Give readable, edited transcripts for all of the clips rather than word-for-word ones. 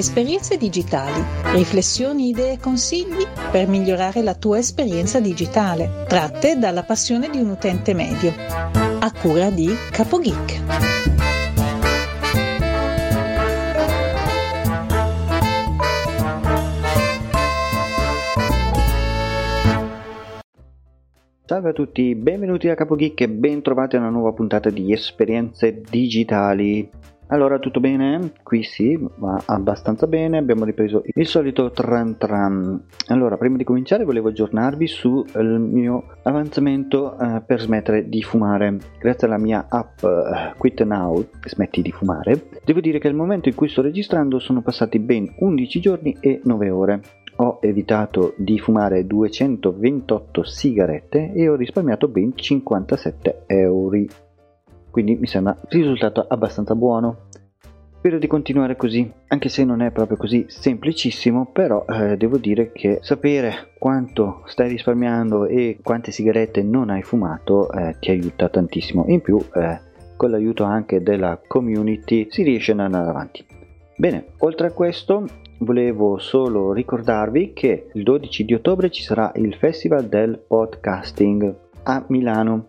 Esperienze digitali, riflessioni, idee e consigli per migliorare la tua esperienza digitale, tratte dalla passione di un utente medio. A cura di CapoGeek. Salve a tutti, benvenuti a CapoGeek e ben trovati a una nuova puntata di Esperienze digitali. Allora, tutto bene? Qui sì, va abbastanza bene, abbiamo ripreso il solito tran tran. Allora, prima di cominciare volevo aggiornarvi sul mio avanzamento per smettere di fumare. Grazie alla mia app Quit Now, smetti di fumare, devo dire che al momento in cui sto registrando sono passati ben 11 giorni e 9 ore. Ho evitato di fumare 228 sigarette e ho risparmiato ben 57 euro. Quindi mi sembra un risultato abbastanza buono. Spero di continuare così, anche se non è proprio così semplicissimo, però devo dire che sapere quanto stai risparmiando e quante sigarette non hai fumato ti aiuta tantissimo. In più, con l'aiuto anche della community si riesce ad andare avanti. Bene, oltre a questo volevo solo ricordarvi che il 12 di ottobre ci sarà il Festival del Podcasting a Milano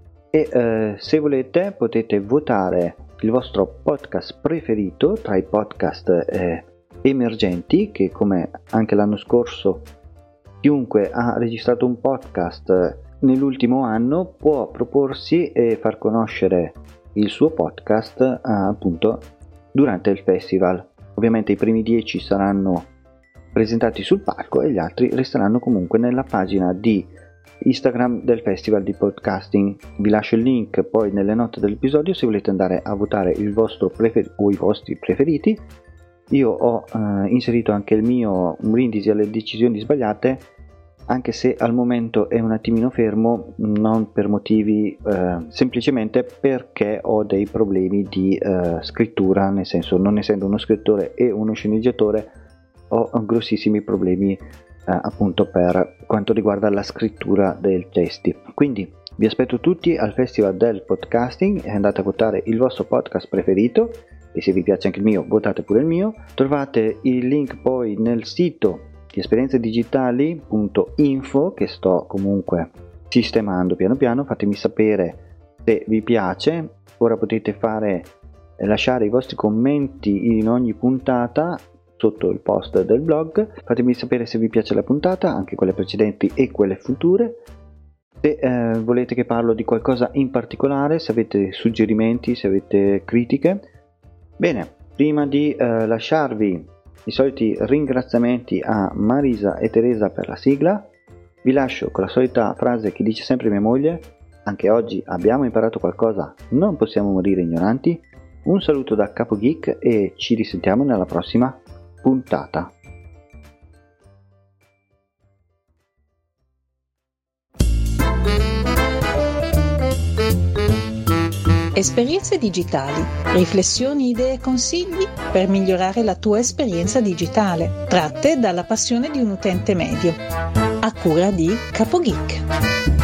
e se volete potete votare il vostro podcast preferito tra i podcast emergenti, che come anche l'anno scorso chiunque ha registrato un podcast nell'ultimo anno può proporsi e far conoscere il suo podcast appunto durante il festival. Ovviamente i primi 10 saranno presentati sul palco e gli altri resteranno comunque nella pagina di Instagram del Festival di Podcasting. Vi lascio il link poi nelle note dell'episodio se volete andare a votare il vostro o i vostri preferiti. Io ho inserito anche il mio un brindisi alle decisioni sbagliate, anche se al momento è un attimino fermo, non per motivi semplicemente perché ho dei problemi di scrittura, nel senso, non essendo uno scrittore e uno sceneggiatore ho grossissimi problemi appunto per quanto riguarda la scrittura dei testi. Quindi vi aspetto tutti al Festival del Podcasting e andate a votare il vostro podcast preferito, e se vi piace anche il mio votate pure il mio. Trovate il link poi nel sito di esperienzedigitali.info che sto comunque sistemando piano piano. Fatemi sapere se vi piace. Ora potete lasciare i vostri commenti in ogni puntata sotto il post del blog. Fatemi sapere se vi piace la puntata, anche quelle precedenti e quelle future. Se volete che parlo di qualcosa in particolare, se avete suggerimenti, se avete critiche. Bene, prima di lasciarvi i soliti ringraziamenti a Marisa e Teresa per la sigla, vi lascio con la solita frase che dice sempre mia moglie: anche oggi abbiamo imparato qualcosa, non possiamo morire ignoranti. Un saluto da CapoGeek e ci risentiamo nella prossima puntata. Esperienze digitali, riflessioni, idee e consigli per migliorare la tua esperienza digitale, tratte dalla passione di un utente medio. A cura di CapoGeek.